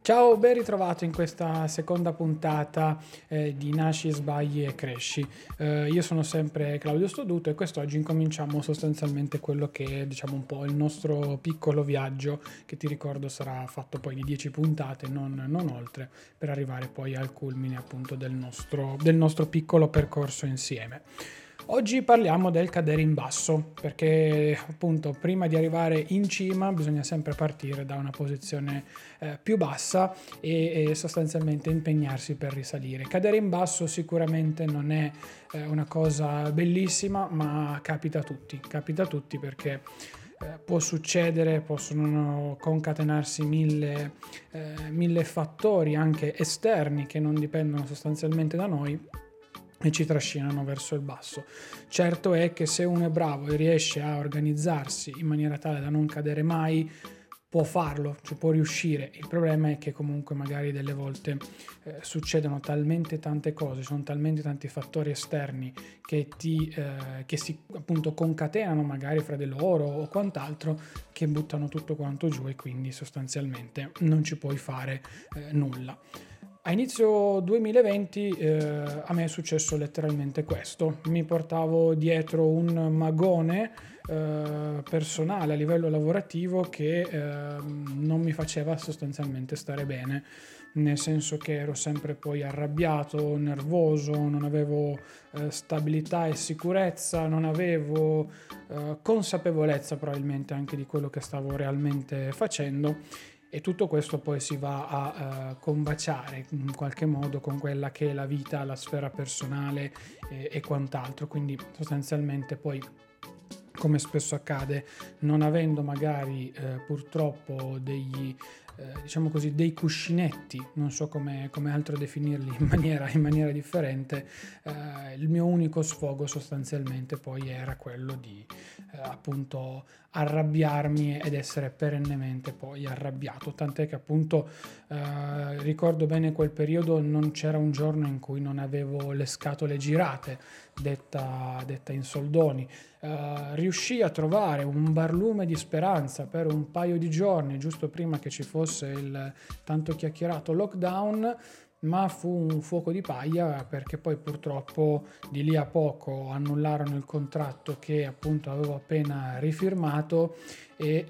Ciao, ben ritrovato in questa seconda puntata di Nasci, Sbagli e Cresci. Io sono sempre Claudio Stoduto e quest'oggi incominciamo sostanzialmente quello che è, diciamo, un po' il nostro piccolo viaggio, che ti ricordo sarà fatto poi di 10 puntate, non oltre, per arrivare poi al culmine appunto del nostro piccolo percorso insieme. Oggi parliamo del cadere in basso, perché appunto prima di arrivare in cima bisogna sempre partire da una posizione più bassa e sostanzialmente impegnarsi per risalire. Cadere in basso sicuramente non è una cosa bellissima, ma capita a tutti perché può succedere, possono concatenarsi mille fattori anche esterni che non dipendono sostanzialmente da noi e ci trascinano verso il basso. Certo è che se uno è bravo e riesce a organizzarsi in maniera tale da non cadere mai, può farlo, cioè può riuscire. Il problema è che comunque magari delle volte succedono talmente tante cose, sono talmente tanti fattori esterni che si appunto concatenano magari fra di loro o quant'altro, che buttano tutto quanto giù e quindi sostanzialmente non ci puoi fare nulla. A inizio 2020 a me è successo letteralmente questo. Mi portavo dietro un magone personale a livello lavorativo che non mi faceva sostanzialmente stare bene, nel senso che ero sempre poi arrabbiato, nervoso, non avevo stabilità e sicurezza, non avevo consapevolezza probabilmente anche di quello che stavo realmente facendo. E tutto questo poi si va a combaciare in qualche modo con quella che è la vita, la sfera personale e quant'altro. Quindi sostanzialmente poi, come spesso accade, non avendo magari purtroppo diciamo così, dei cuscinetti, non so come altro definirli in maniera differente, il mio unico sfogo sostanzialmente poi era quello di appunto arrabbiarmi ed essere perennemente poi arrabbiato, tant'è che appunto ricordo bene quel periodo, non c'era un giorno in cui non avevo le scatole girate, detta in soldoni. Riuscii a trovare un barlume di speranza per un paio di giorni, giusto prima che ci fosse il tanto chiacchierato lockdown, ma fu un fuoco di paglia perché poi purtroppo di lì a poco annullarono il contratto che appunto avevo appena rifirmato e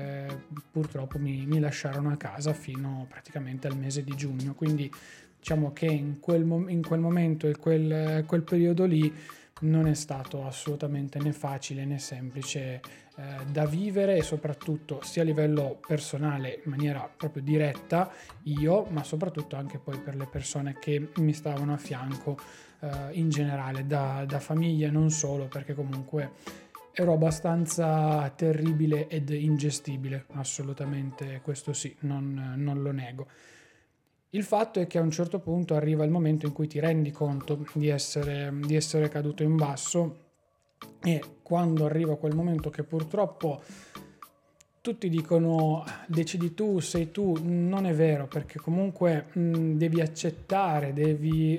purtroppo mi lasciarono a casa fino praticamente al mese di giugno. Quindi diciamo che in quel momento e quel periodo lì non è stato assolutamente né facile né semplice da vivere, e soprattutto sia a livello personale in maniera proprio diretta io, ma soprattutto anche poi per le persone che mi stavano a fianco in generale, da famiglia e non solo, perché comunque ero abbastanza terribile ed ingestibile, assolutamente, questo sì, non lo nego. Il fatto è che a un certo punto arriva il momento in cui ti rendi conto di essere caduto in basso, e quando arriva quel momento che purtroppo tutti dicono decidi tu, sei tu, non è vero, perché comunque devi accettare, devi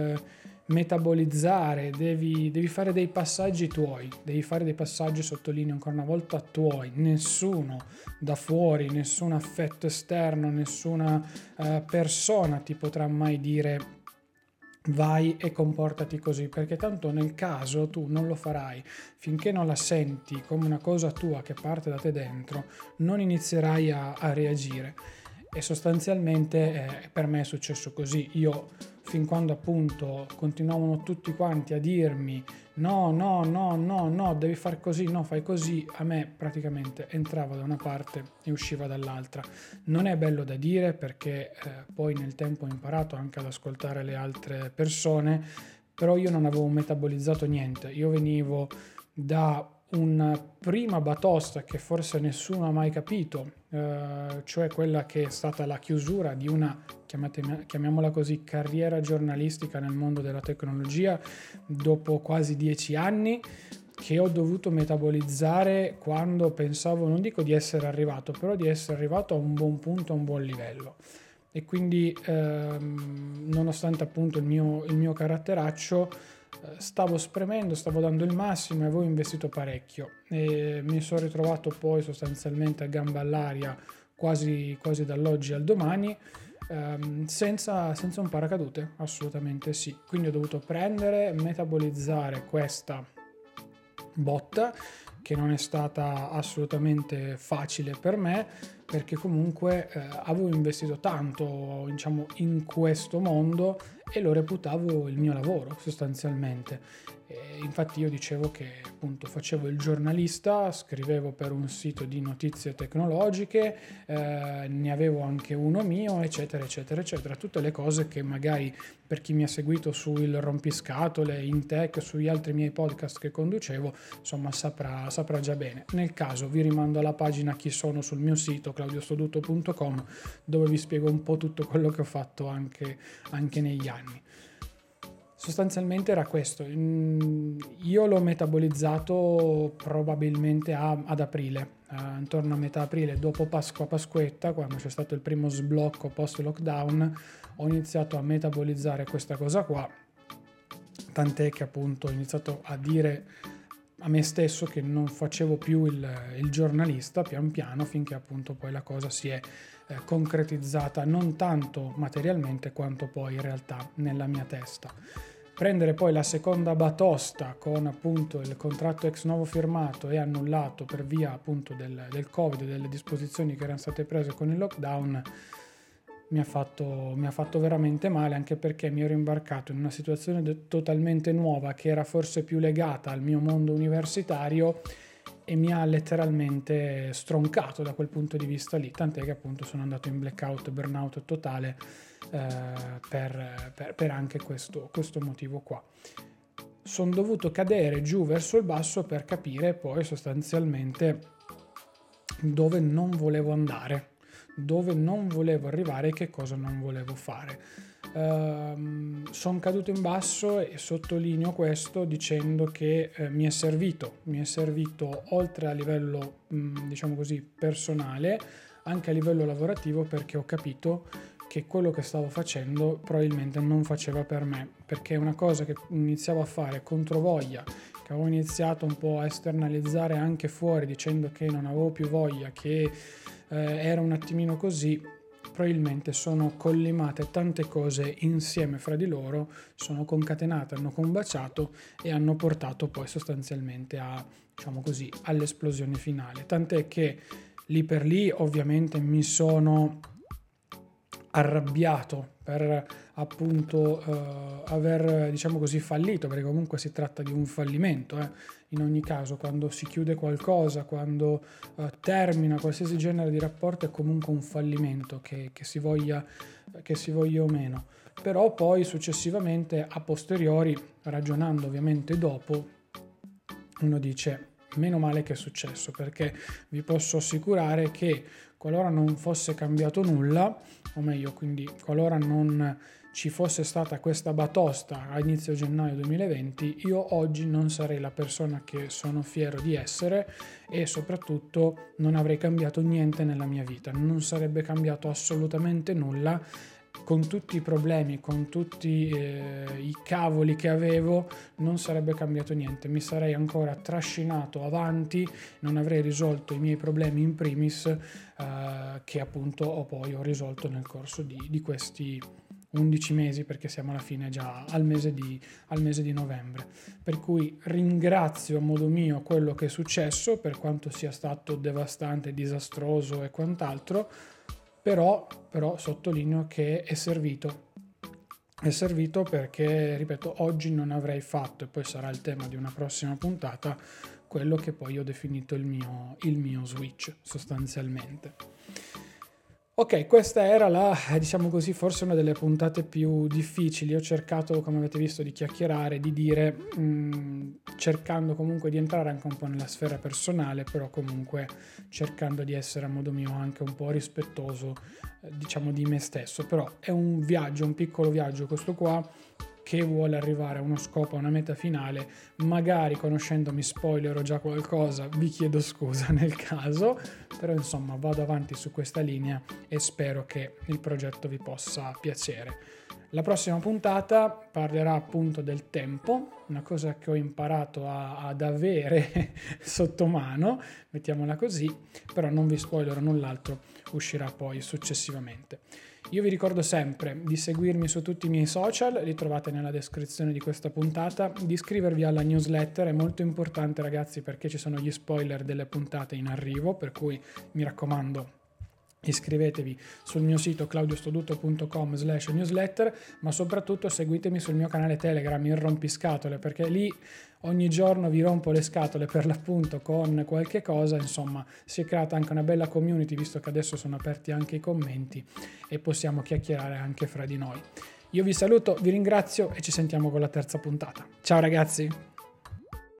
metabolizzare, devi fare dei passaggi tuoi, devi fare dei passaggi, sottolineo ancora una volta, tuoi. Nessuno da fuori, nessun affetto esterno, nessuna persona ti potrà mai dire vai e comportati così, perché tanto nel caso tu non lo farai. Finché non la senti come una cosa tua che parte da te dentro, non inizierai a reagire. E sostanzialmente per me è successo così. Io, fin quando appunto continuavano tutti quanti a dirmi no, no, no, no, no, devi fare così, no, fai così, a me praticamente entrava da una parte e usciva dall'altra. Non è bello da dire, perché poi nel tempo ho imparato anche ad ascoltare le altre persone, però io non avevo metabolizzato niente. Io venivo da una prima batosta che forse nessuno ha mai capito, cioè quella che è stata la chiusura di una, chiamiamola così, carriera giornalistica nel mondo della tecnologia, dopo quasi 10 anni, che ho dovuto metabolizzare quando pensavo, non dico di essere arrivato, però di essere arrivato a un buon punto, a un buon livello. E quindi nonostante appunto il mio caratteraccio, stavo spremendo, stavo dando il massimo e avevo investito parecchio, e mi sono ritrovato poi sostanzialmente a gamba all'aria quasi dall'oggi al domani, senza un paracadute, assolutamente sì. Quindi ho dovuto metabolizzare questa botta, che non è stata assolutamente facile per me, perché comunque avevo investito tanto, diciamo, in questo mondo e lo reputavo il mio lavoro sostanzialmente. E infatti io dicevo che appunto facevo il giornalista, scrivevo per un sito di notizie tecnologiche, ne avevo anche uno mio, eccetera, eccetera, eccetera. Tutte le cose che magari per chi mi ha seguito sul rompiscatole, in tech, sugli altri miei podcast che conducevo, insomma saprà già bene. Nel caso vi rimando alla pagina Chi sono sul mio sito claudiostoduto.com, dove vi spiego un po' tutto quello che ho fatto anche negli anni. Sostanzialmente era questo. Io l'ho metabolizzato probabilmente ad aprile, intorno a metà aprile, dopo Pasquetta, quando c'è stato il primo sblocco post lockdown. Ho iniziato a metabolizzare questa cosa qua, tant'è che appunto ho iniziato a dire a me stesso che non facevo più il giornalista, pian piano, finché appunto poi la cosa si è concretizzata non tanto materialmente quanto poi in realtà nella mia testa. Prendere poi la seconda batosta con appunto il contratto ex novo firmato e annullato per via appunto del Covid e delle disposizioni che erano state prese con il lockdown mi ha fatto veramente male, anche perché mi ero imbarcato in una situazione totalmente nuova che era forse più legata al mio mondo universitario e mi ha letteralmente stroncato da quel punto di vista lì, tant'è che appunto sono andato in blackout, burnout totale per anche questo motivo qua. Sono dovuto cadere giù verso il basso per capire poi sostanzialmente dove non volevo andare, dove non volevo arrivare e che cosa non volevo fare. Sono caduto in basso e sottolineo questo dicendo che mi è servito oltre a livello diciamo così personale, anche a livello lavorativo, perché ho capito che quello che stavo facendo probabilmente non faceva per me, perché è una cosa che iniziavo a fare controvoglia, che avevo iniziato un po' a esternalizzare anche fuori dicendo che non avevo più voglia, che era un attimino così. Probabilmente sono collimate tante cose insieme fra di loro, sono concatenate, hanno combaciato e hanno portato poi sostanzialmente a, diciamo così, all'esplosione finale. Tant'è che lì per lì ovviamente mi sono arrabbiato per appunto aver, diciamo così, fallito, perché comunque si tratta di un fallimento. In ogni caso, quando si chiude qualcosa, quando termina qualsiasi genere di rapporto, è comunque un fallimento, che si voglia o meno. Però poi successivamente, a posteriori, ragionando ovviamente dopo, uno dice meno male che è successo, perché vi posso assicurare che qualora non fosse cambiato nulla, o meglio, quindi qualora non ci fosse stata questa batosta a inizio gennaio 2020, io oggi non sarei la persona che sono fiero di essere e soprattutto non avrei cambiato niente nella mia vita, non sarebbe cambiato assolutamente nulla. Con tutti i problemi, con tutti i cavoli che avevo, non sarebbe cambiato niente, mi sarei ancora trascinato avanti, non avrei risolto i miei problemi in primis, che appunto ho risolto nel corso di questi 11 mesi, perché siamo alla fine già al mese di novembre. Per cui ringrazio a modo mio quello che è successo, per quanto sia stato devastante, disastroso e quant'altro. Però sottolineo che è servito perché, ripeto, oggi non avrei fatto, e poi sarà il tema di una prossima puntata, quello che poi ho definito il mio switch sostanzialmente. Ok, questa era diciamo così, forse una delle puntate più difficili. Ho cercato, come avete visto, di chiacchierare, di dire, cercando comunque di entrare anche un po' nella sfera personale, però comunque cercando di essere a modo mio anche un po' rispettoso, diciamo, di me stesso. Però è un viaggio, un piccolo viaggio questo qua, che vuole arrivare a uno scopo, a una meta finale. Magari conoscendomi spoilerò già qualcosa, vi chiedo scusa nel caso, però insomma vado avanti su questa linea e spero che il progetto vi possa piacere. La prossima puntata parlerà appunto del tempo, una cosa che ho imparato ad avere sotto mano, mettiamola così, però non vi spoilerò null'altro, uscirà poi successivamente. Io vi ricordo sempre di seguirmi su tutti i miei social, li trovate nella descrizione di questa puntata, di iscrivervi alla newsletter, è molto importante ragazzi perché ci sono gli spoiler delle puntate in arrivo, per cui mi raccomando iscrivetevi sul mio sito claudiostoduto.com/newsletter, ma soprattutto seguitemi sul mio canale Telegram, il Rompiscatole, perché lì ogni giorno vi rompo le scatole per l'appunto con qualche cosa, insomma si è creata anche una bella community visto che adesso sono aperti anche i commenti e possiamo chiacchierare anche fra di noi. Io vi saluto, vi ringrazio e ci sentiamo con la terza puntata. Ciao ragazzi!